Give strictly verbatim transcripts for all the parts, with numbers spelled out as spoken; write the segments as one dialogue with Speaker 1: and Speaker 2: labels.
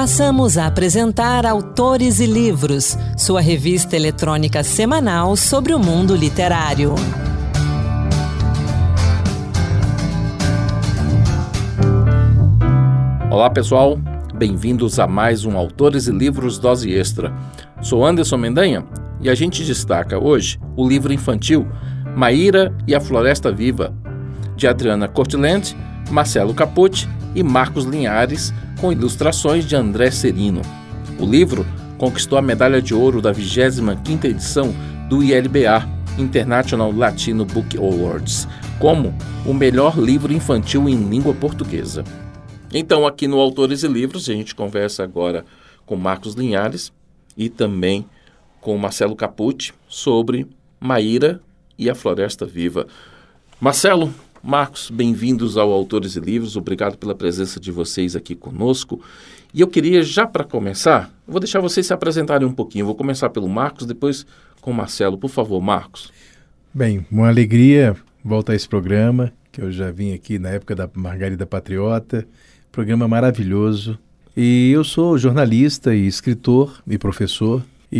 Speaker 1: Passamos a apresentar Autores e Livros, sua revista eletrônica semanal sobre o mundo literário.
Speaker 2: Olá pessoal, bem-vindos a mais um Autores e Livros Dose Extra. Sou Anderson Mendanha e a gente destaca hoje o livro infantil Maíra e a Floresta Viva, de Adriana Cortland, Marcelo Capucci e Marcos Linhares, com ilustrações de André Serino. O livro conquistou a medalha de ouro da vigésima quinta edição do I L B A, International Latino Book Awards, como o melhor livro infantil em língua portuguesa. Então, aqui no Autores e Livros, a gente conversa agora com Marcos Linhares e também com Marcelo Capucci sobre Maíra e a Floresta Viva. Marcelo, Marcos, bem-vindos ao Autores e Livros, obrigado pela presença de vocês aqui conosco. E eu queria, já para começar, vou deixar vocês se apresentarem um pouquinho. Vou começar pelo Marcos, depois com o Marcelo. Por favor, Marcos.
Speaker 3: Bem, uma alegria voltar a esse programa, que eu já vim aqui na época da Margarida Patriota, programa maravilhoso. E eu sou jornalista e escritor e professor,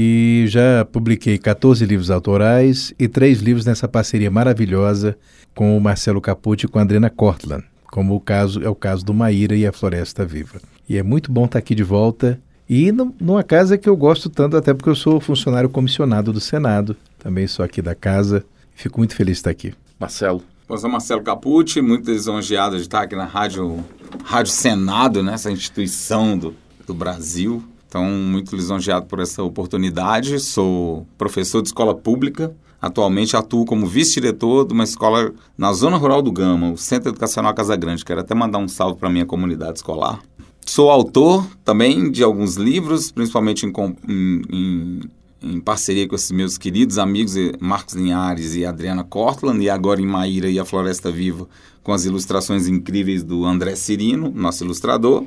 Speaker 3: e já publiquei quatorze livros autorais e três livros nessa parceria maravilhosa com o Marcelo Capucci e com a Adriana Cortland, como o caso, é o caso do Maíra e a Floresta Viva. E é muito bom estar aqui de volta, e no, numa casa que eu gosto tanto, até porque eu sou funcionário comissionado do Senado, também sou aqui da casa, fico muito feliz de estar aqui.
Speaker 2: Marcelo.
Speaker 4: Eu sou Marcelo Capucci, muito lisonjeado de estar aqui na Rádio, Rádio Senado, né, essa instituição do, do Brasil. Então, muito lisonjeado por essa oportunidade. Sou professor de escola pública. Atualmente atuo como vice-diretor de uma escola na zona rural do Gama, o Centro Educacional Casa Grande. Quero até mandar um salve para a minha comunidade escolar. Sou autor também de alguns livros, principalmente em, em, em, em parceria com esses meus queridos amigos Marcos Linhares e Adriana Cortland, e agora em Maíra e a Floresta Viva, com as ilustrações incríveis do André Serino, nosso ilustrador.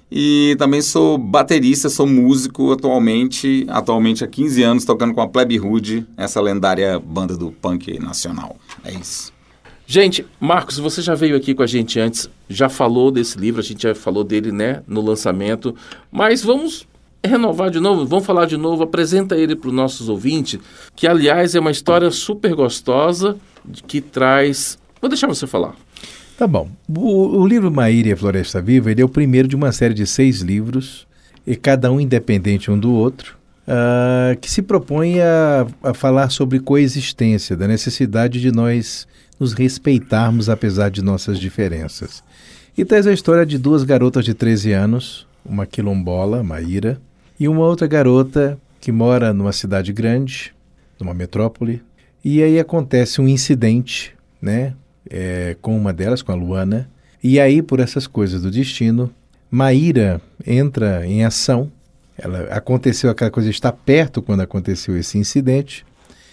Speaker 4: E também sou baterista, sou músico atualmente, atualmente há quinze anos, tocando com a Plebe Hood, essa lendária banda do punk nacional. É isso.
Speaker 2: Gente, Marcos, você já veio aqui com a gente antes, já falou desse livro, a gente já falou dele, né, no lançamento, mas vamos renovar de novo, vamos falar de novo, apresenta ele para os nossos ouvintes, que aliás é uma história super gostosa, que traz... Vou deixar você falar.
Speaker 3: Tá bom. O, o livro Maíra e a Floresta Viva, ele é o primeiro de uma série de seis livros, e cada um independente um do outro, uh, que se propõe a, a falar sobre coexistência, da necessidade de nós nos respeitarmos apesar de nossas diferenças. E traz a história de duas garotas de treze anos, uma quilombola, Maíra, e uma outra garota que mora numa cidade grande, numa metrópole, e aí acontece um incidente, né? É, com uma delas, com a Luana, e aí, por essas coisas do destino, Maíra entra em ação. Ela, aconteceu aquela coisa, está perto quando aconteceu esse incidente,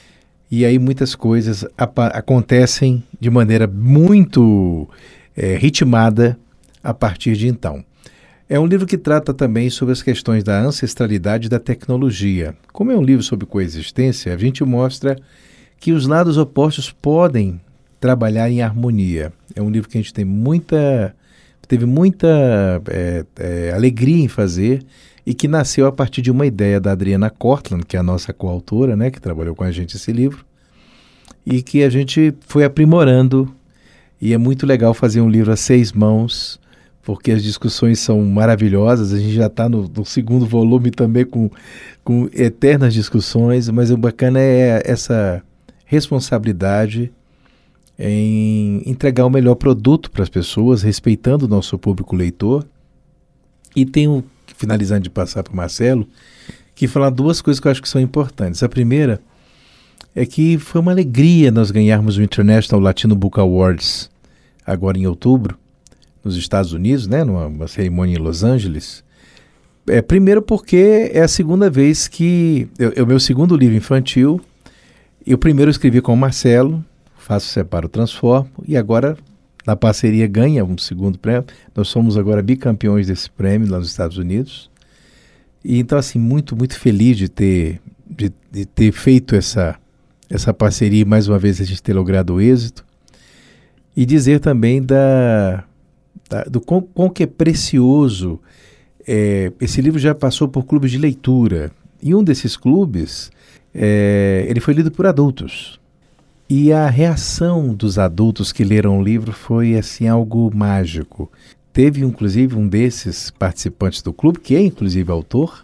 Speaker 3: e aí muitas coisas apa- acontecem de maneira muito é, ritmada a partir de então. É um livro que trata também sobre as questões da ancestralidade e da tecnologia. Como é um livro sobre coexistência, a gente mostra que os lados opostos podem trabalhar em harmonia. É um livro que a gente tem muita, teve muita é, é, alegria em fazer, e que nasceu a partir de uma ideia da Adriana Cortland, que é a nossa coautora, né, que trabalhou com a gente esse livro, e que a gente foi aprimorando, e é muito legal fazer um livro a seis mãos, porque as discussões são maravilhosas. A gente já está no, no segundo volume também com, com eternas discussões, mas o bacana é essa responsabilidade em entregar o melhor produto para as pessoas, respeitando o nosso público leitor. E tenho, finalizando de passar para o Marcelo, que falar duas coisas que eu acho que são importantes. A primeira é que foi uma alegria nós ganharmos o International Latino Book Awards agora em outubro, nos Estados Unidos, né, numa uma cerimônia em Los Angeles. É, primeiro porque é a segunda vez que... É o meu segundo livro infantil. Eu primeiro escrevi com o Marcelo, Faço, Separo, Transformo, e agora na parceria ganha um segundo prêmio. Nós somos agora bicampeões desse prêmio lá nos Estados Unidos. E então, assim, muito, muito feliz de ter, de, de ter feito essa, essa parceria, e mais uma vez a gente ter logrado o êxito. E dizer também da, da, do quão, quão que é precioso É, esse livro já passou por clubes de leitura. E um desses clubes, é, ele foi lido por adultos. E a reação dos adultos que leram o livro foi assim, algo mágico. Teve, inclusive, um desses participantes do clube, que é, inclusive, autor,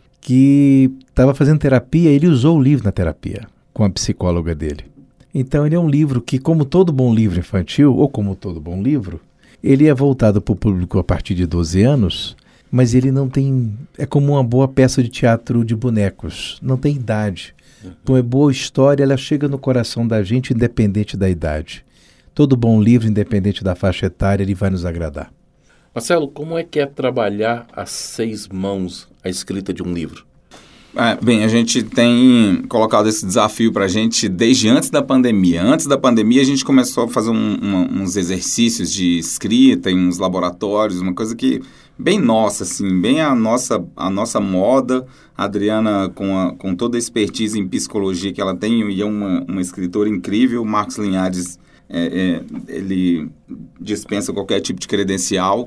Speaker 3: que estava fazendo terapia, ele usou o livro na terapia, com a psicóloga dele. Então, ele é um livro que, como todo bom livro infantil, ou como todo bom livro, ele é voltado para o público a partir de doze anos, mas ele não tem... É como uma boa peça de teatro de bonecos, não tem idade. Então, é boa história, ela chega no coração da gente, independente da idade. Todo bom livro, independente da faixa etária, ele vai nos agradar.
Speaker 2: Marcelo, como é que é trabalhar a seis mãos a escrita de um livro?
Speaker 4: É, bem, a gente tem colocado esse desafio para a gente desde antes da pandemia. Antes da pandemia, a gente começou a fazer um, uma, uns exercícios de escrita em uns laboratórios, uma coisa que bem nossa, assim, bem a nossa, a nossa moda. A Adriana, com, a, com toda a expertise em psicologia que ela tem, e é uma, uma escritora incrível. O Marcos Linhares, é, é, ele dispensa qualquer tipo de credencial.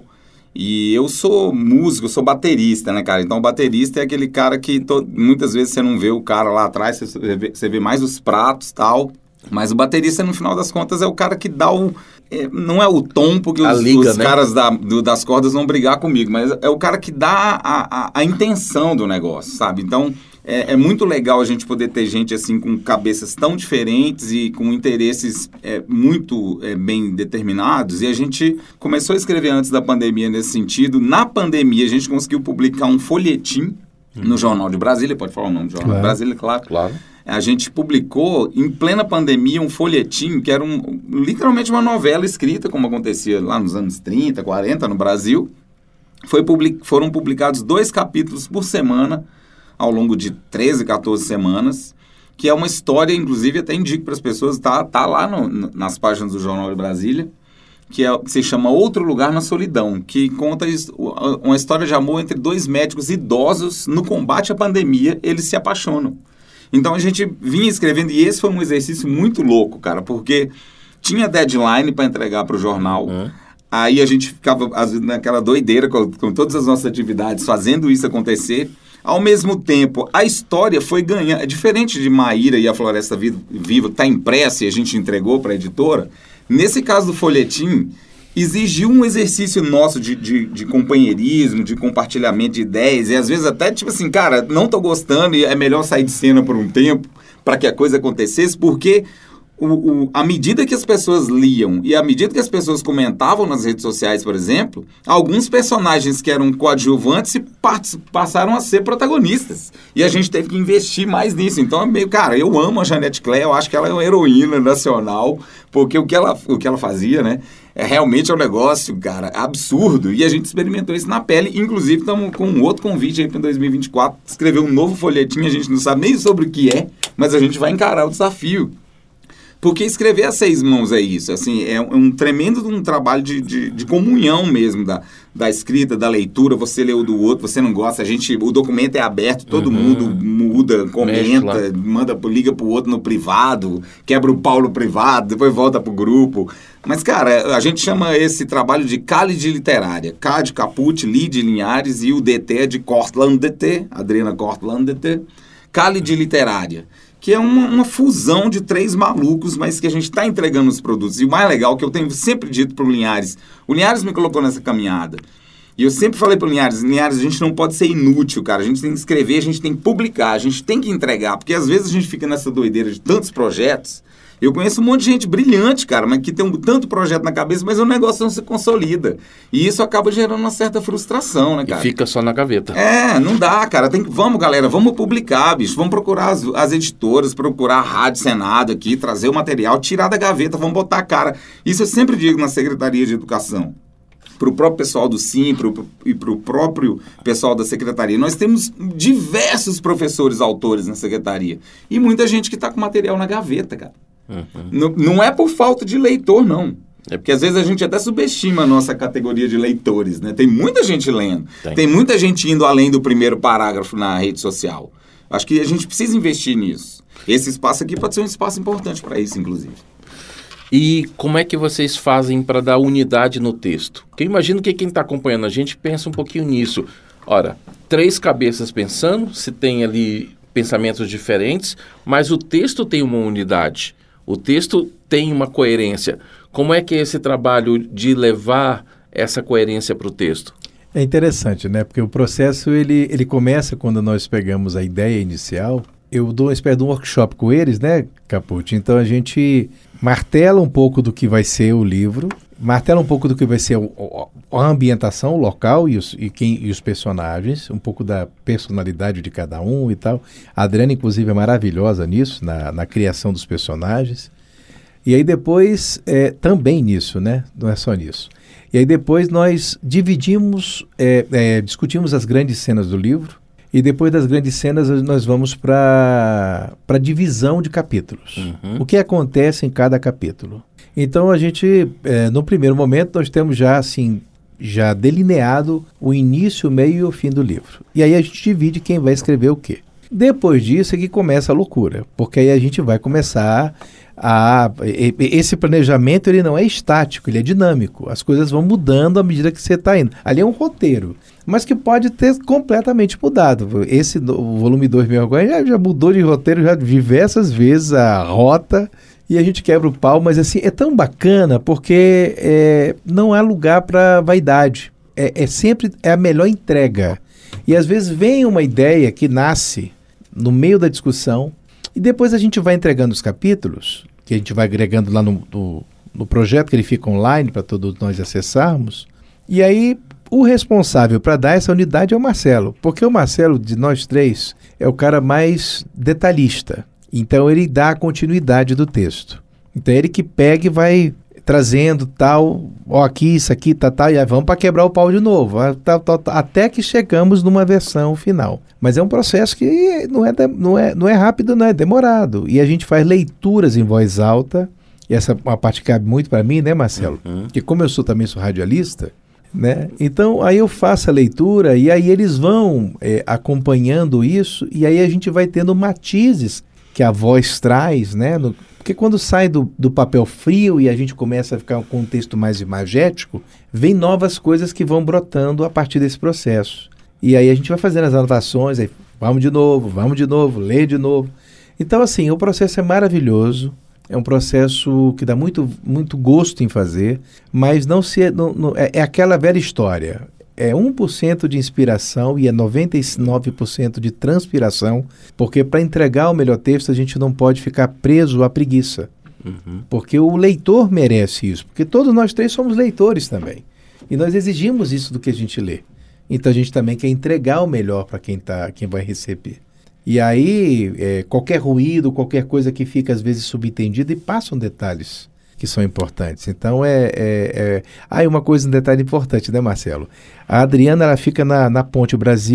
Speaker 4: E eu sou músico, eu sou baterista, né, cara? Então, o baterista é aquele cara que to... muitas vezes você não vê o cara lá atrás, você vê, você vê mais os pratos e tal. Mas o baterista, no final das contas, é o cara que dá o... É, não é o tom, porque os,
Speaker 2: liga,
Speaker 4: os
Speaker 2: né?
Speaker 4: caras da, do, das cordas vão brigar comigo, mas é o cara que dá a, a, a intenção do negócio, sabe? Então, é, é muito legal a gente poder ter gente assim com cabeças tão diferentes e com interesses é, muito é, bem determinados. E a gente começou a escrever antes da pandemia nesse sentido. Na pandemia, a gente conseguiu publicar um folhetim hum. no Jornal de Brasília, pode falar o nome do Jornal
Speaker 3: claro.
Speaker 4: de Brasília, claro.
Speaker 2: Claro.
Speaker 4: A gente publicou, em plena pandemia, um folhetim que era um, literalmente uma novela escrita, como acontecia lá nos anos trinta, quarenta, no Brasil. Foi public, foram publicados dois capítulos por semana, ao longo de treze, quatorze semanas, que é uma história, inclusive, até indico para as pessoas, tá, tá lá no, nas páginas do Jornal de Brasília, que, é, que se chama Outro Lugar na Solidão, que conta uma história de amor entre dois médicos idosos no combate à pandemia, eles se apaixonam. Então, a gente vinha escrevendo, e esse foi um exercício muito louco, cara, porque tinha deadline para entregar para o jornal, uhum. Aí a gente ficava às vezes, naquela doideira com, com todas as nossas atividades, fazendo isso acontecer. Ao mesmo tempo, a história foi ganhando, diferente de Maíra e a Floresta Viva, está impressa e a gente entregou para a editora, nesse caso do folhetim, exigiu um exercício nosso de, de, de companheirismo, de compartilhamento de ideias, e às vezes até tipo assim, cara, não estou gostando e é melhor sair de cena por um tempo para que a coisa acontecesse, porque o, o, à medida que as pessoas liam e à medida que as pessoas comentavam nas redes sociais, por exemplo, alguns personagens que eram coadjuvantes passaram a ser protagonistas. E a gente teve que investir mais nisso. Então, é meio, cara, eu amo a Janete Claire, eu acho que ela é uma heroína nacional, porque o que ela, o que ela fazia, né? É realmente um negócio, cara, absurdo. E a gente experimentou isso na pele. Inclusive, estamos com um outro convite aí para dois mil e vinte e quatro. Escrever um novo folhetim, a gente não sabe nem sobre o que é, mas a gente vai encarar o desafio. Porque escrever a seis mãos é isso. Assim, é um, um tremendo um trabalho de, de, de comunhão mesmo da, da escrita, da leitura. Você lê o do outro, você não gosta. A gente, o documento é aberto, todo uhum. mundo muda, comenta, manda, liga pro outro no privado, quebra o pau no privado, depois volta pro grupo. Mas, cara, a gente chama esse trabalho de Cálice Literária. K de Caput, Li de Linhares e o D T é de Cortland D T, Adriana Cortland D T. Cálice Literária, que é uma, uma fusão de três malucos, mas que a gente está entregando os produtos. E o mais legal, que eu tenho sempre dito para o Linhares, o Linhares me colocou nessa caminhada. E eu sempre falei para o Linhares, Linhares, a gente não pode ser inútil, cara. A gente tem que escrever, a gente tem que publicar, a gente tem que entregar. Porque às vezes a gente fica nessa doideira de tantos projetos. Eu conheço um monte de gente brilhante, cara, mas que tem um tanto projeto na cabeça, mas o negócio não se consolida. E isso acaba gerando uma certa frustração, né, cara?
Speaker 2: E fica só na gaveta.
Speaker 4: É, não dá, cara. Tem que... Vamos, galera, vamos publicar, bicho. Vamos procurar as, as editoras, procurar a Rádio Senado aqui, trazer o material, tirar da gaveta, vamos botar a cara. Isso eu sempre digo na Secretaria de Educação. Para o próprio pessoal do Sim pro, e para o próprio pessoal da Secretaria. Nós temos diversos professores autores na Secretaria. E muita gente que está com material na gaveta, cara. Uhum. Não, não é por falta de leitor, não. É porque às vezes a gente até subestima a nossa categoria de leitores, né? Tem muita gente lendo. Tem. Tem muita gente indo além do primeiro parágrafo na rede social. Acho que a gente precisa investir nisso. Esse espaço aqui pode ser um espaço importante para isso, inclusive.
Speaker 2: E como é que vocês fazem para dar unidade no texto? Porque eu imagino que quem está acompanhando a gente pensa um pouquinho nisso. Ora, três cabeças pensando, se tem ali pensamentos diferentes, mas o texto tem uma unidade, o texto tem uma coerência. Como é que é esse trabalho de levar essa coerência para o texto?
Speaker 3: É interessante, né? Porque o processo, ele, ele começa quando nós pegamos a ideia inicial. Eu dou uma espécie de um workshop com eles, né, Capucci? Então a gente martela um pouco do que vai ser o livro, martela um pouco do que vai ser o, o, a ambientação, o local e os, e, quem, e os personagens, um pouco da personalidade de cada um e tal. A Adriana, inclusive, é maravilhosa nisso, na, na criação dos personagens. E aí depois, é, também nisso, né? Não é só nisso. E aí depois nós dividimos, é, é, discutimos as grandes cenas do livro, e depois das grandes cenas nós vamos para a divisão de capítulos. Uhum. O que acontece em cada capítulo. Então a gente, é, no primeiro momento, nós temos já assim, já delineado o início, o meio e o fim do livro. E aí a gente divide quem vai escrever o quê. Depois disso é que começa a loucura, porque aí a gente vai começar a... Esse planejamento, ele não é estático, ele é dinâmico. As coisas vão mudando à medida que você está indo. Ali é um roteiro, mas que pode ter completamente mudado. Esse, o volume dois meu agora, já, já mudou de roteiro já diversas vezes a rota, e a gente quebra o pau, mas assim, é tão bacana, porque é, não há lugar para vaidade. É, é sempre é a melhor entrega. E às vezes vem uma ideia que nasce no meio da discussão, e depois a gente vai entregando os capítulos, que a gente vai agregando lá no, no, no projeto, que ele fica online para todos nós acessarmos, e aí o responsável para dar essa unidade é o Marcelo, porque o Marcelo, de nós três, é o cara mais detalhista, então ele dá a continuidade do texto. Então é ele que pega e vai trazendo tal, ó, aqui, isso aqui, tá, tá, e aí vamos para quebrar o pau de novo, tá, tá, tá, até que chegamos numa versão final. Mas é um processo que não é, não é, não é rápido, não é demorado. E a gente faz leituras em voz alta, e essa é uma parte que cabe muito para mim, né, Marcelo? Uhum. Porque como eu sou também sou radialista, né? Então aí eu faço a leitura e aí eles vão é, acompanhando isso, e aí a gente vai tendo matizes que a voz traz, né? No, porque quando sai do, do papel frio e a gente começa a ficar com um texto mais imagético, vem novas coisas que vão brotando a partir desse processo. E aí a gente vai fazendo as anotações, aí vamos de novo, vamos de novo, lê de novo. Então, assim, o processo é maravilhoso, é um processo que dá muito, muito gosto em fazer, mas não se, não, não, é, é aquela velha história. É um por cento de inspiração e é noventa e nove por cento de transpiração, porque para entregar o melhor texto a gente não pode ficar preso à preguiça. Uhum. Porque o leitor merece isso, porque todos nós três somos leitores também. E nós exigimos isso do que a gente lê. Então a gente também quer entregar o melhor para quem, tá, quem vai receber. E aí, é, qualquer ruído, qualquer coisa que fica às vezes subentendida, e passam detalhes que são importantes. Então, é... é, é... Ah, e uma coisa, um detalhe importante, né, Marcelo? A Adriana, ela fica na, na ponte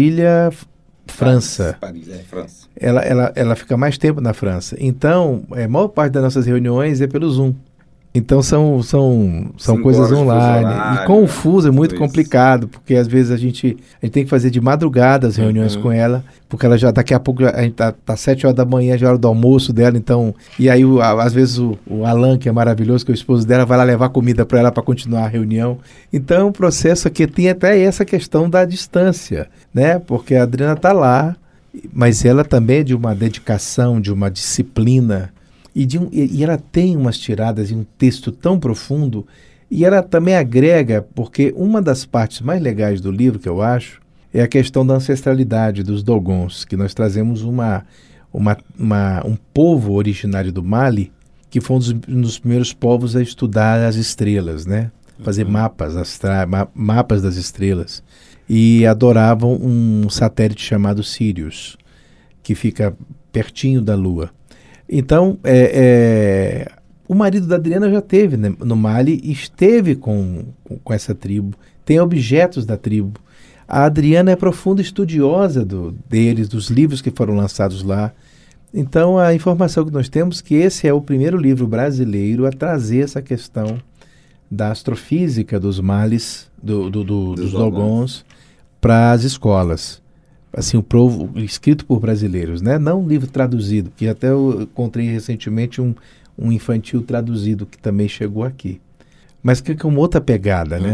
Speaker 3: Brasília-França.
Speaker 4: Paris, é, França.
Speaker 3: Ela, ela, ela fica mais tempo na França. Então, a maior parte das nossas reuniões é pelo Zoom. Então, são, são, são coisas online. Horário, e com o fuso é muito complicado, porque às vezes a gente, a gente tem que fazer de madrugada as reuniões uhum. com ela, porque ela já, daqui a pouco, a gente tá, tá sete horas da manhã, já é hora do almoço dela, então... E aí, o, a, às vezes, o, o Alan, que é maravilhoso, que é o esposo dela, vai lá levar comida para ela para continuar a reunião. Então, o processo aqui tem até essa questão da distância, né? Porque a Adriana tá lá, mas ela também é de uma dedicação, de uma disciplina... E, de um, e, e ela tem umas tiradas e um texto tão profundo, e ela também agrega, porque uma das partes mais legais do livro, que eu acho, é a questão da ancestralidade dos Dogons, que nós trazemos uma, uma, uma, um povo originário do Mali, que foi um dos, um dos primeiros povos a estudar as estrelas, né? Fazer uhum. mapas, astra, ma, mapas das estrelas, e adoravam um satélite chamado Sirius, que fica pertinho da Lua. Então, é, é, o marido da Adriana já esteve, né, no Mali, esteve com, com, com essa tribo, tem objetos da tribo. A Adriana é profunda estudiosa do, deles, dos livros que foram lançados lá. Então, a informação que nós temos é que esse é o primeiro livro brasileiro a trazer essa questão da astrofísica dos Malis, do, do, do, dos Dogons, para as escolas. Assim, o provo, escrito por brasileiros, né? Não um livro traduzido, que até eu encontrei recentemente um, um infantil traduzido que também chegou aqui. Mas que com outra pegada, né? Uhum.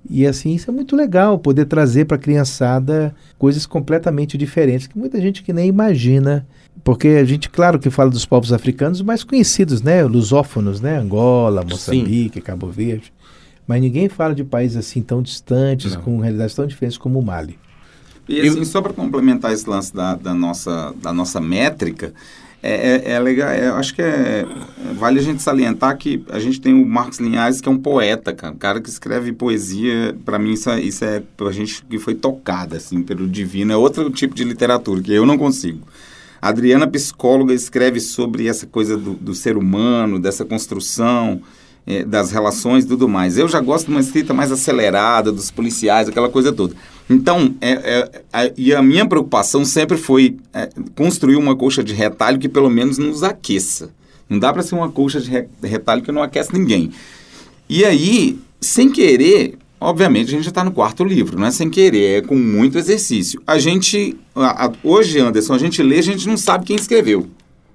Speaker 3: E assim, isso é muito legal, poder trazer para a criançada coisas completamente diferentes, que muita gente que nem imagina. Porque a gente, claro que fala dos povos africanos mais conhecidos, né? Lusófonos, né? Angola, Moçambique, Sim. Cabo Verde. Mas ninguém fala de países assim tão distantes, Não. com realidades tão diferentes como o Mali.
Speaker 4: E assim, Eu... só para complementar esse lance da, da, nossa, da nossa métrica, é, é, é legal, é, acho que é, vale a gente salientar que a gente tem o Marcos Linhares, que é um poeta, cara, um cara que escreve poesia. Para mim isso é, isso é pra gente que foi tocada assim, pelo divino, é outro tipo de literatura que eu não consigo. A Adriana, psicóloga, escreve sobre essa coisa do, do ser humano, dessa construção, é, das relações e tudo mais. Eu já gosto de uma escrita mais acelerada, dos policiais, aquela coisa toda. Então, é, é, a, e a minha preocupação sempre foi é, construir uma colcha de retalho que pelo menos nos aqueça. Não dá para ser uma colcha de re, retalho que não aquece ninguém. E aí, sem querer... Obviamente, a gente já está no quarto livro, não é sem querer, é com muito exercício. A gente, a, a, hoje, Anderson, a gente lê, a gente não sabe quem escreveu.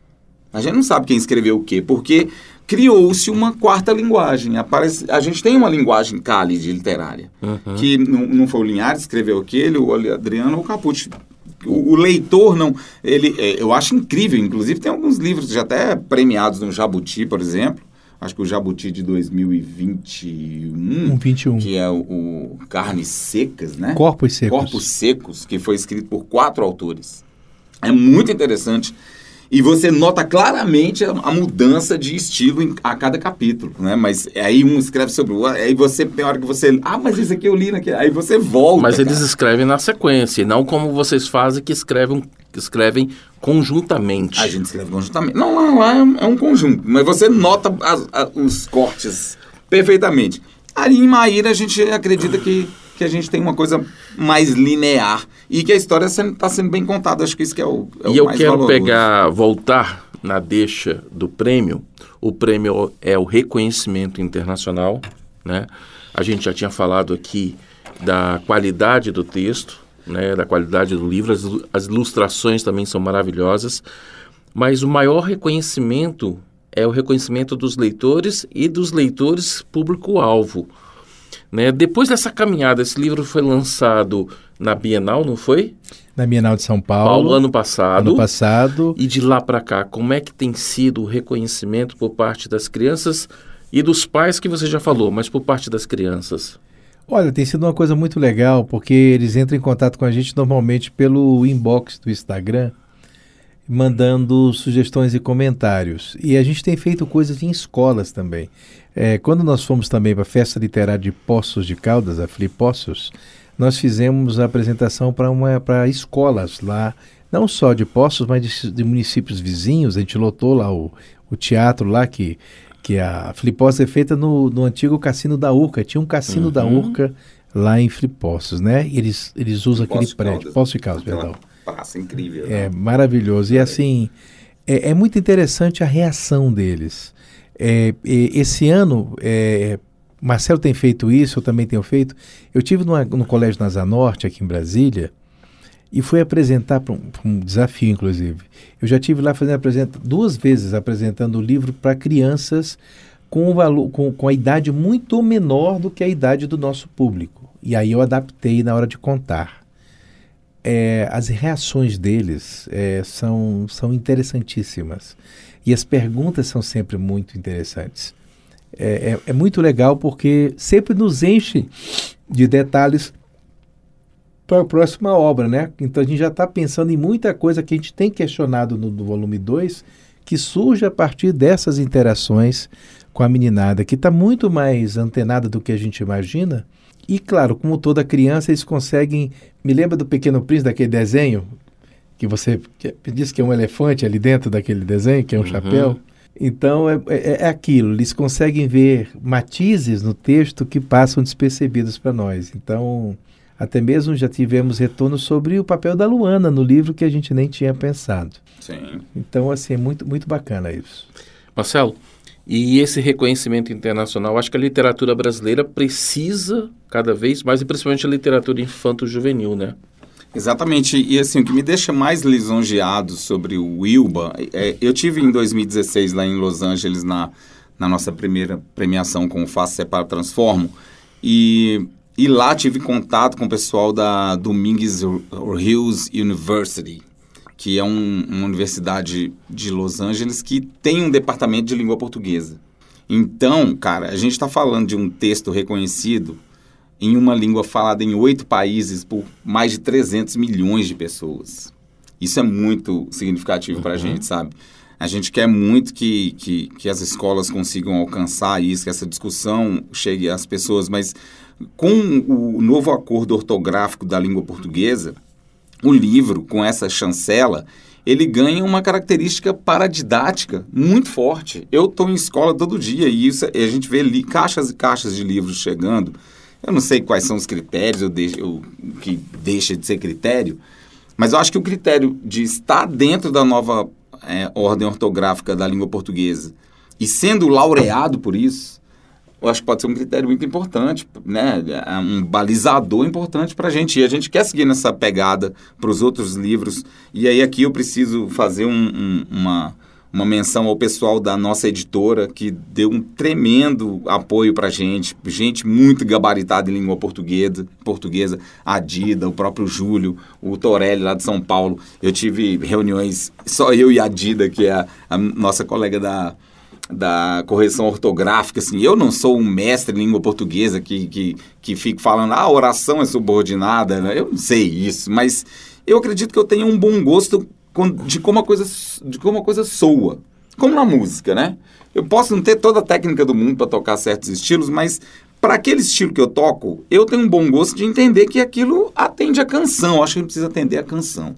Speaker 4: A gente não sabe quem escreveu o quê, porque criou-se uma quarta linguagem. Aparece, a gente tem uma linguagem cálide literária, uhum. que não, não foi o Linhares que escreveu aquele, o Adriano ou o Capucci. O, o leitor não... Ele, é, eu acho incrível, inclusive tem alguns livros já até premiados no Jabuti, por exemplo. Acho que o Jabuti de dois mil e vinte e um,
Speaker 3: vinte e um.
Speaker 4: Que é o, o Carnes Secas, né?
Speaker 3: Corpos Secos.
Speaker 4: Corpos Secos, que foi escrito por quatro autores. É muito interessante. E você nota claramente a, a mudança de estilo em, a cada capítulo, né? Mas aí um escreve sobre o outro, aí você tem hora que você... Ah, mas isso aqui eu li naquele... Aí você volta,
Speaker 2: Mas eles
Speaker 4: cara.
Speaker 2: escrevem na sequência, não como vocês fazem que escrevem, que escrevem conjuntamente.
Speaker 4: A gente escreve conjuntamente. Não, lá, lá é, um, é um conjunto, mas você nota as, as, os cortes perfeitamente. Ali em Maíra a gente acredita que, que a gente tem uma coisa mais linear e que a história está sendo bem contada. Acho que isso que é o, é o
Speaker 2: E eu
Speaker 4: mais
Speaker 2: quero
Speaker 4: valoroso.
Speaker 2: pegar, voltar na deixa do prêmio. O prêmio é o reconhecimento internacional, né? A gente já tinha falado aqui da qualidade do texto, né, da qualidade do livro, as, as ilustrações também são maravilhosas, mas o maior reconhecimento é o reconhecimento dos leitores e dos leitores público-alvo. Né? Depois dessa caminhada, esse livro foi lançado na Bienal, não foi?
Speaker 3: Na Bienal de São Paulo.
Speaker 2: Paulo, ano passado.
Speaker 3: Ano passado.
Speaker 2: E de lá para cá, como é que tem sido o reconhecimento por parte das crianças e dos pais, que você já falou, mas por parte das crianças?
Speaker 3: Olha, tem sido uma coisa muito legal, porque eles entram em contato com a gente normalmente pelo inbox do Instagram, mandando sugestões e comentários. E a gente tem feito coisas em escolas também. É, quando nós fomos também para a Festa Literária de Poços de Caldas, a Flipossos, nós fizemos a apresentação para escolas lá, não só de Poços, mas de, de municípios vizinhos. A gente lotou lá o, o teatro lá, que... que a Flipossos é feita no, no antigo Cassino da Urca. Tinha um Cassino uhum. da Urca lá em Flipossos, né? E eles, eles usam aquele
Speaker 4: Poços
Speaker 3: prédio. Poços de Caldas, perdão.
Speaker 4: Praça incrível.
Speaker 3: É
Speaker 4: né?
Speaker 3: maravilhoso. E assim, é, é muito interessante a reação deles. É, é, esse ano, é, Marcelo tem feito isso, eu também tenho feito. Eu tive numa, no Colégio Nazar Norte, aqui em Brasília, e fui apresentar para um, um desafio, inclusive. Eu já tive lá fazendo apresenta, duas vezes apresentando o livro para crianças com, um valor, com, com a idade muito menor do que a idade do nosso público. E aí eu adaptei na hora de contar. É, as reações deles é, são, são interessantíssimas. E as perguntas são sempre muito interessantes. É, é, é muito legal porque sempre nos enche de detalhes para a próxima obra, né? Então a gente já está pensando em muita coisa que a gente tem questionado no, no volume dois, que surge a partir dessas interações com a meninada, que está muito mais antenada do que a gente imagina. E claro, como toda criança, eles conseguem... Me lembra do Pequeno Príncipe, daquele desenho, que você que, disse que é um elefante ali dentro daquele desenho, que é um uhum. chapéu. Então é, é, é aquilo, eles conseguem ver matizes no texto que passam despercebidos para nós. Então... Até mesmo já tivemos retorno sobre o papel da Luana no livro, que a gente nem tinha pensado.
Speaker 4: Sim.
Speaker 3: Então, assim, é muito, muito bacana isso.
Speaker 2: Marcelo, e esse reconhecimento internacional, acho que a literatura brasileira precisa cada vez mais, e principalmente a literatura infanto-juvenil, né?
Speaker 4: Exatamente. E assim, o que me deixa mais lisonjeado sobre o Wilba, é, eu tive em dois mil e dezesseis lá em Los Angeles, na, na nossa primeira premiação com o Faça, Separa, Transformo, e... E lá tive contato com o pessoal da Domingues Hills University, que é um, uma universidade de Los Angeles que tem um departamento de língua portuguesa. Então, cara, a gente está falando de um texto reconhecido em uma língua falada em oito países por mais de trezentos milhões de pessoas. Isso é muito significativo para a gente, sabe? A gente quer muito que, que, que as escolas consigam alcançar isso, que essa discussão chegue às pessoas, mas com o novo acordo ortográfico da língua portuguesa, o livro, com essa chancela, ele ganha uma característica paradidática muito forte. Eu estou em escola todo dia e isso, a gente vê ali caixas e caixas de livros chegando. Eu não sei quais são os critérios, o de, que deixa de ser critério, mas eu acho que o critério de estar dentro da nova é, ordem ortográfica da língua portuguesa e sendo laureado por isso, eu acho que pode ser um critério muito importante, né? Um balizador importante para a gente. E a gente quer seguir nessa pegada para os outros livros. E aí aqui eu preciso fazer um, um, uma, uma menção ao pessoal da nossa editora, que deu um tremendo apoio para a gente. Gente muito gabaritada em língua portuguesa, portuguesa, a Dida, o próprio Júlio, o Torelli lá de São Paulo. Eu tive reuniões, só eu e a Dida, que é a, a nossa colega da... da correção ortográfica, assim, eu não sou um mestre em língua portuguesa que, que, que fico falando, ah, a oração é subordinada, né? Eu não sei isso, mas eu acredito que eu tenho um bom gosto de como a coisa, de como a coisa soa, como na música, né? Eu posso não ter toda a técnica do mundo para tocar certos estilos, mas para aquele estilo que eu toco, eu tenho um bom gosto de entender que aquilo atende a canção, eu acho que a gente precisa atender a canção.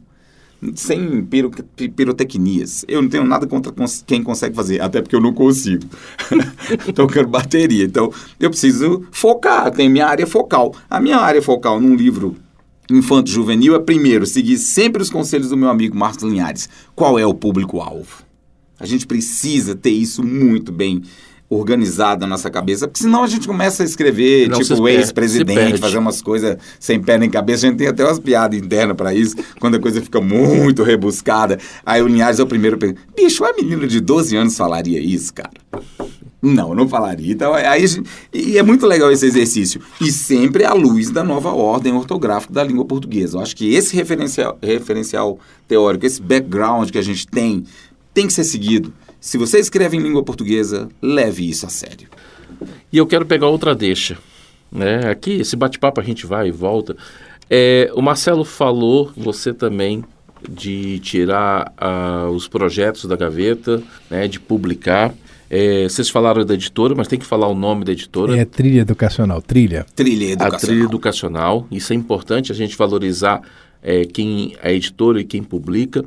Speaker 4: Sem piro, pirotecnias. Eu não tenho nada contra quem consegue fazer, até porque eu não consigo. Tocando bateria. Então, eu preciso focar, tem minha área focal. A minha área focal num livro infanto-juvenil é, primeiro, seguir sempre os conselhos do meu amigo Marcos Linhares. Qual é o público-alvo? A gente precisa ter isso muito bem organizado na nossa cabeça, porque senão a gente começa a escrever, não, tipo, o ex-presidente, fazer umas coisas sem pé nem cabeça. A gente tem até umas piadas internas para isso, quando a coisa fica muito rebuscada. Aí o Linhares é o primeiro... Bicho, uma menina de doze anos falaria isso, cara? Não, não falaria. Então, aí, e é muito legal esse exercício. E sempre à luz da nova ordem ortográfica da língua portuguesa. Eu acho que esse referencial, referencial teórico, esse background que a gente tem, tem que ser seguido. Se você escreve em língua portuguesa, leve isso a sério.
Speaker 2: E eu quero pegar outra deixa, né? Aqui, esse bate-papo a gente vai e volta. É, o Marcelo falou, você também, de tirar uh, os projetos da gaveta, né, de publicar. É, vocês falaram da editora, mas tem que falar o nome da editora.
Speaker 3: É Trilha Educacional, Trilha.
Speaker 4: Trilha Educacional.
Speaker 2: A Trilha Educacional. Isso é importante, a gente valorizar é, quem é editora e quem publica.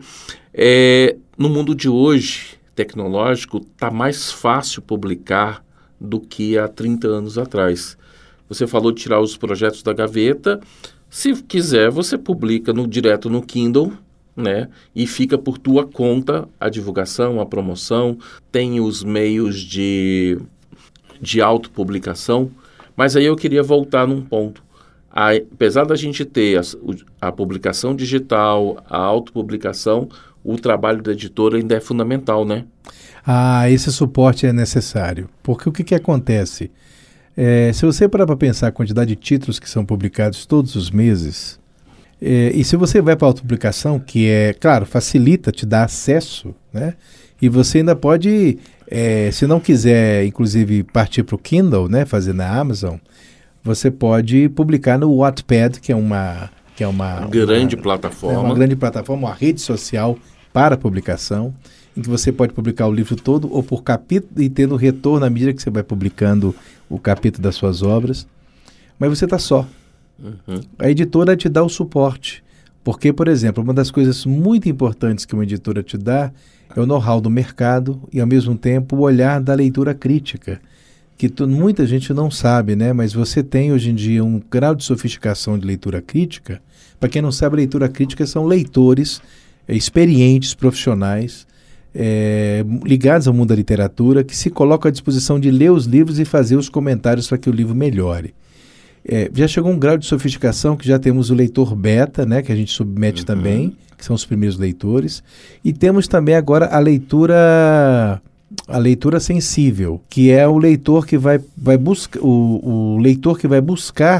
Speaker 2: É, no mundo de hoje... tecnológico, está mais fácil publicar do que há trinta anos atrás. Você falou de tirar os projetos da gaveta. Se quiser, você publica no, direto no Kindle, né? E fica por tua conta a divulgação, a promoção. Tem os meios de, de autopublicação. Mas aí eu queria voltar num ponto. A, apesar da gente ter a, a publicação digital, a autopublicação, o trabalho da editora ainda é fundamental, né?
Speaker 3: Ah, esse suporte é necessário. Porque o que, que acontece? É, se você parar para pensar a quantidade de títulos que são publicados todos os meses, é, e se você vai para a autopublicação, que é, claro, facilita, te dá acesso, né? E você ainda pode, é, se não quiser, inclusive, partir para o Kindle, né? Fazer na Amazon, você pode publicar no Wattpad, que é uma... que é uma
Speaker 2: grande
Speaker 3: uma,
Speaker 2: plataforma.
Speaker 3: É uma grande plataforma, uma rede social para publicação, em que você pode publicar o livro todo ou por capítulo e tendo retorno à medida que você vai publicando o capítulo das suas obras. Mas você está só. Uhum. A editora te dá o suporte. Porque, por exemplo, uma das coisas muito importantes que uma editora te dá é o know-how do mercado e, ao mesmo tempo, o olhar da leitura crítica. Que tu, muita gente não sabe, né? Mas você tem hoje em dia um grau de sofisticação de leitura crítica. Para quem não sabe, leitura crítica são leitores é, experientes, profissionais, é, ligados ao mundo da literatura, que se colocam à disposição de ler os livros e fazer os comentários para que o livro melhore. É, já chegou um grau de sofisticação que já temos o leitor beta, né? Que a gente submete uhum. também, que são os primeiros leitores. E temos também agora a leitura... a leitura sensível, que é o leitor que vai, vai buscar o, o leitor que vai buscar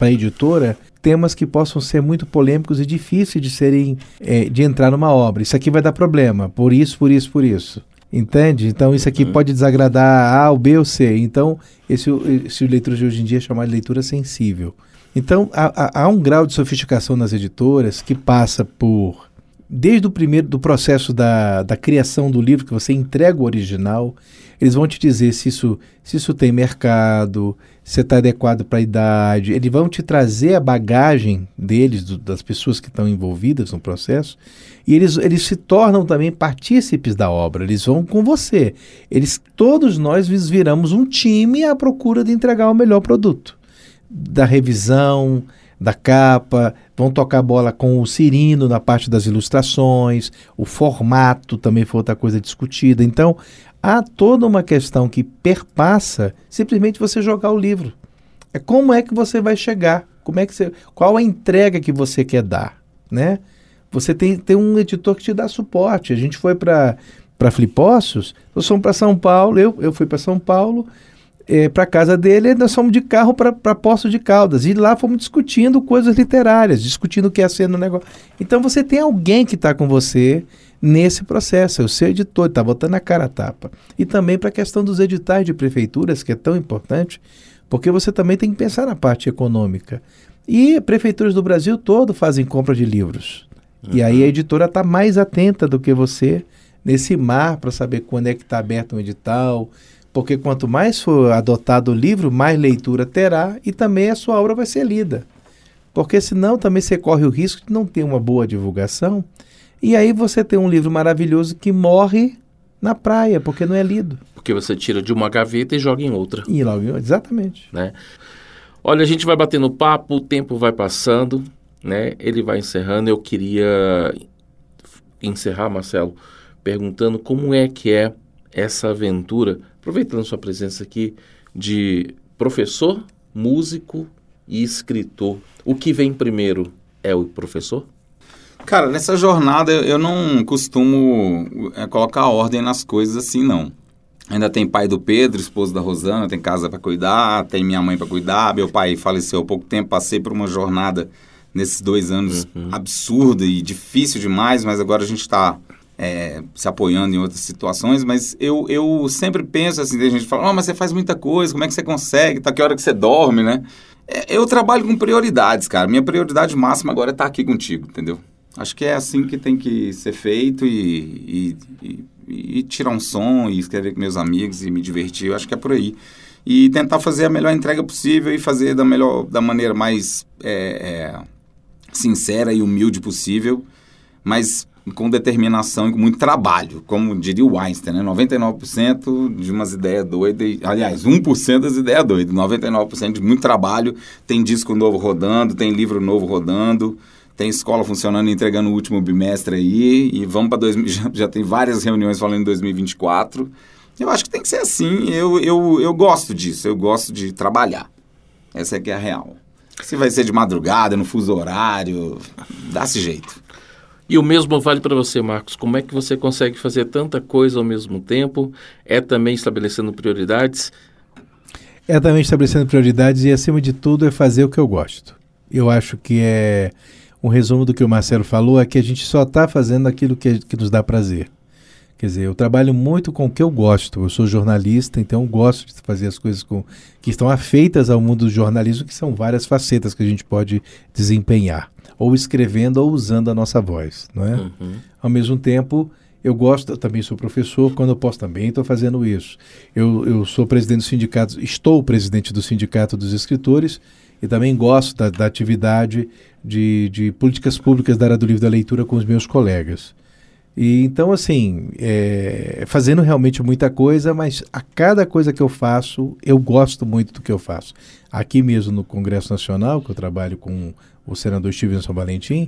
Speaker 3: para a editora temas que possam ser muito polêmicos e difíceis de serem, é, de entrar numa obra. Isso aqui vai dar problema, por isso, por isso, por isso. Entende? Então isso aqui uhum. pode desagradar A, ou B ou C. Então esse, esse leitura de hoje em dia é chamado de leitura sensível. Então há, há, há um grau de sofisticação nas editoras que passa por, desde o primeiro, do processo da, da criação do livro, que você entrega o original, eles vão te dizer se isso, se isso tem mercado, se está adequado para a idade, eles vão te trazer a bagagem deles, do, das pessoas que estão envolvidas no processo, e eles, eles se tornam também partícipes da obra, eles vão com você. Eles, todos nós viramos um time à procura de entregar o melhor produto. Da revisão, da capa, vão tocar bola com o Cirino na parte das ilustrações, o formato também foi outra coisa discutida. Então, há toda uma questão que perpassa simplesmente você jogar o livro. É como é que você vai chegar, como é que você, qual a entrega que você quer dar, né? Você tem, tem um editor que te dá suporte. A gente foi para para Flipócios, nós fomos para São Paulo, eu, eu fui para São Paulo, é, para a casa dele, nós fomos de carro para Poços de Caldas, e lá fomos discutindo coisas literárias, discutindo o que ia ser no negócio. Então você tem alguém que está com você nesse processo, é o seu editor, está botando a cara a tapa. E também para a questão dos editais de prefeituras, que é tão importante, porque você também tem que pensar na parte econômica. E prefeituras do Brasil todo fazem compra de livros. Uhum. E aí a editora está mais atenta do que você nesse mar para saber quando é que está aberto um edital, porque quanto mais for adotado o livro, mais leitura terá e também a sua obra vai ser lida. Porque senão também você corre o risco de não ter uma boa divulgação e aí você tem um livro maravilhoso que morre na praia, porque não é lido.
Speaker 2: Porque você tira de uma gaveta e joga em outra.
Speaker 3: E logo, exatamente.
Speaker 2: Né? Olha, a gente vai batendo papo, o tempo vai passando, né? Ele vai encerrando. Eu queria encerrar, Marcelo, perguntando como é que é essa aventura, aproveitando sua presença aqui, de professor, músico e escritor. O que vem primeiro é o professor?
Speaker 4: Cara, nessa jornada eu não costumo é, colocar ordem nas coisas assim, não. Ainda tem pai do Pedro, esposo da Rosana, tem casa para cuidar, tem minha mãe para cuidar, meu pai faleceu há pouco tempo, passei por uma jornada nesses dois anos uhum. absurda e difícil demais, mas agora a gente está é, se apoiando em outras situações, mas eu, eu sempre penso assim, tem gente que fala, oh, mas você faz muita coisa, como é que você consegue, tá, que hora que você dorme, né? É, eu trabalho com prioridades, cara, minha prioridade máxima agora é estar aqui contigo, entendeu? Acho que é assim que tem que ser feito e, e, e, e tirar um som e escrever com meus amigos e me divertir, eu acho que é por aí. E tentar fazer a melhor entrega possível e fazer da, melhor, da maneira mais é, é, sincera e humilde possível, mas com determinação e com muito trabalho, como diria o Einstein, né? noventa e nove por cento de umas ideias doidas, e, aliás, um por cento das ideias doidas, noventa e nove por cento de muito trabalho, tem disco novo rodando, tem livro novo rodando, tem escola funcionando e entregando o último bimestre aí, e vamos para dois mil, já, já tem várias reuniões falando em dois mil e vinte e quatro. Eu acho que tem que ser assim, eu, eu, eu gosto disso, eu gosto de trabalhar. Essa é que é a real. Se vai ser de madrugada, no fuso horário, dá-se jeito.
Speaker 2: E o mesmo vale para você, Marcos. Como é que você consegue fazer tanta coisa ao mesmo tempo? É também estabelecendo prioridades?
Speaker 3: É também estabelecendo prioridades e, acima de tudo, é fazer o que eu gosto. Eu acho que é... Um resumo do que o Marcelo falou é que a gente só está fazendo aquilo que, que nos dá prazer. Quer dizer, eu trabalho muito com o que eu gosto. Eu sou jornalista, então eu gosto de fazer as coisas com, que estão afeitas ao mundo do jornalismo, que são várias facetas que a gente pode desempenhar, ou escrevendo ou usando a nossa voz, não é? Uhum. Ao mesmo tempo, eu gosto, eu também sou professor, quando eu posso também estou fazendo isso. Eu, eu sou presidente do sindicato, estou presidente do Sindicato dos Escritores, e também gosto da, da atividade de, de políticas públicas da área do livro da leitura com os meus colegas. E então, assim, é, fazendo realmente muita coisa, mas a cada coisa que eu faço, eu gosto muito do que eu faço. Aqui mesmo no Congresso Nacional, que eu trabalho com o senador Stevenson Valentim,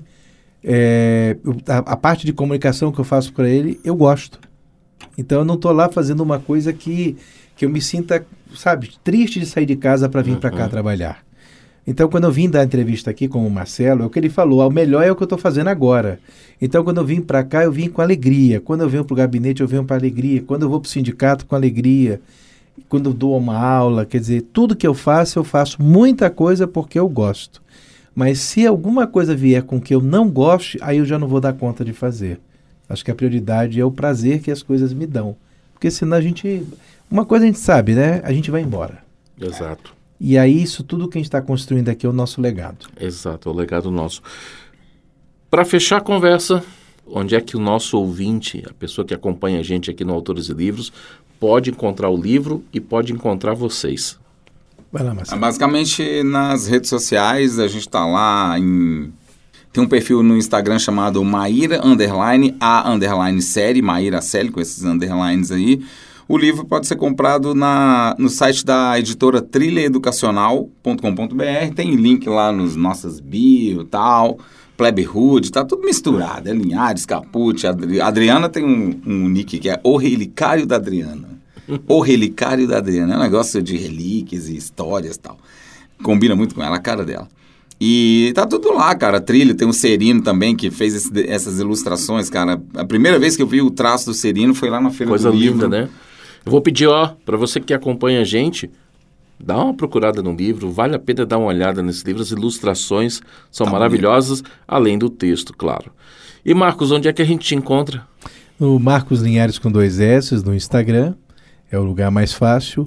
Speaker 3: é, a, a parte de comunicação que eu faço para ele, eu gosto. Então eu não estou lá fazendo uma coisa que, que eu me sinta, sabe, triste de sair de casa para vir uhum. para cá trabalhar. Então, quando eu vim dar entrevista aqui com o Marcelo, é o que ele falou, o melhor é o que eu estou fazendo agora. Então, quando eu vim para cá, eu vim com alegria. Quando eu venho para o gabinete, eu venho para alegria. Quando eu vou para o sindicato, com alegria. quando eu dou uma aula, quer dizer, tudo que eu faço, eu faço muita coisa porque eu gosto. Mas se alguma coisa vier com que eu não goste, aí eu já não vou dar conta de fazer. Acho que a prioridade é o prazer que as coisas me dão. Porque senão a gente... Uma coisa a gente sabe, né? A gente vai embora.
Speaker 2: Exato.
Speaker 3: E aí isso tudo que a gente está construindo aqui é o nosso legado.
Speaker 2: Exato, é o legado nosso. Para fechar a conversa, onde é que o nosso ouvinte, a pessoa que acompanha a gente aqui no Autores e Livros, pode encontrar o livro e pode encontrar vocês?
Speaker 3: Vai lá, Marcelo.
Speaker 4: Basicamente, nas redes sociais, a gente está lá em... Tem um perfil no Instagram chamado Maíra, underline, a, underline, série, Maíra Série, com esses underlines aí. O livro pode ser comprado na, no site da editora trilha educacional ponto com ponto b r. Tem link lá nos nossas bio e tal, Plebe Hood, tá tudo misturado. É Linhares, Caput, Adri... Adriana tem um, um nick que é O Relicário da Adriana. O Relicário da Adriana. É um negócio de relíquias e histórias e tal. Combina muito com ela, a cara dela. E tá tudo lá, cara. Trilha, tem o Serino também, que fez esse, essas ilustrações, cara. A primeira vez que eu vi o traço do Serino foi lá na Feira
Speaker 2: Coisa
Speaker 4: do Livro.
Speaker 2: Coisa linda, né? Eu vou pedir, ó, para você que acompanha a gente, dá uma procurada no livro, vale a pena dar uma olhada nesse livro, as ilustrações são tá maravilhosas, bonito. Além do texto, claro. E Marcos, onde é que a gente te encontra?
Speaker 3: No Marcos Linhares com dois S no Instagram, é o lugar mais fácil.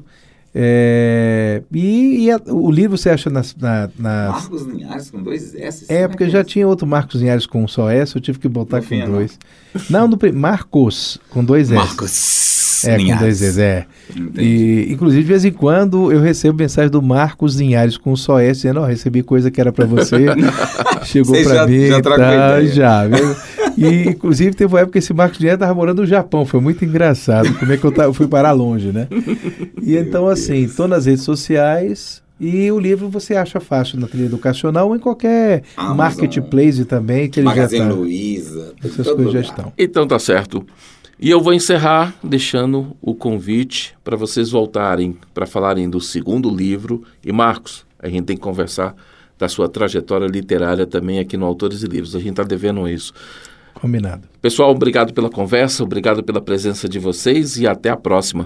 Speaker 3: É, e e a, o livro você acha nas... Na, nas...
Speaker 4: Marcos Linhares com dois S?
Speaker 3: É, porque já tinha outro Marcos Linhares com só S, eu tive que botar no com fim, dois. Não, no, Marcos com dois S.
Speaker 4: Marcos
Speaker 3: É, Linhares. Com dois S, é. E, inclusive, de vez em quando, eu recebo mensagem do Marcos Linhares com só S, dizendo, ó, oh, recebi coisa que era para você, chegou para mim, já, tá, já. Viu? E, inclusive, teve uma época que esse Marcos Linhares estava morando no Japão, foi muito engraçado, como é que eu, tava, eu fui parar longe, né? E então, assim, estou nas redes sociais e o livro você acha fácil na trilha educacional ou em qualquer Amazon, marketplace também, que ele
Speaker 4: Magazine
Speaker 3: já tá.
Speaker 4: Luiza,
Speaker 3: essas coisas já estão.
Speaker 2: Então tá certo. E eu vou encerrar deixando o convite para vocês voltarem para falarem do segundo livro. E Marcos, a gente tem que conversar da sua trajetória literária também aqui no Autores e Livros. A gente está devendo isso.
Speaker 3: Combinado.
Speaker 2: Pessoal, obrigado pela conversa, obrigado pela presença de vocês e até a próxima.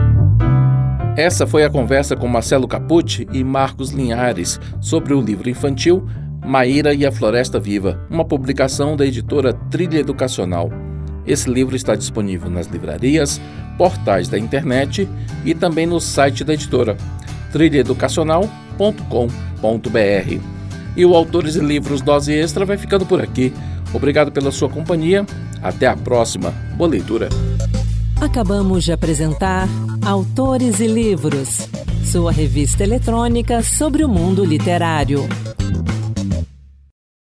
Speaker 2: Essa foi a conversa com Marcelo Caput e Marcos Linhares sobre o livro infantil Maíra e a Floresta Viva, uma publicação da editora Trilha Educacional. Esse livro está disponível nas livrarias, portais da internet e também no site da editora, trilha educacional ponto com ponto b r. E o Autores e Livros Dose Extra vai ficando por aqui. Obrigado pela sua companhia. Até a próxima. Boa leitura.
Speaker 1: Acabamos de apresentar Autores e Livros, sua revista eletrônica sobre o mundo literário.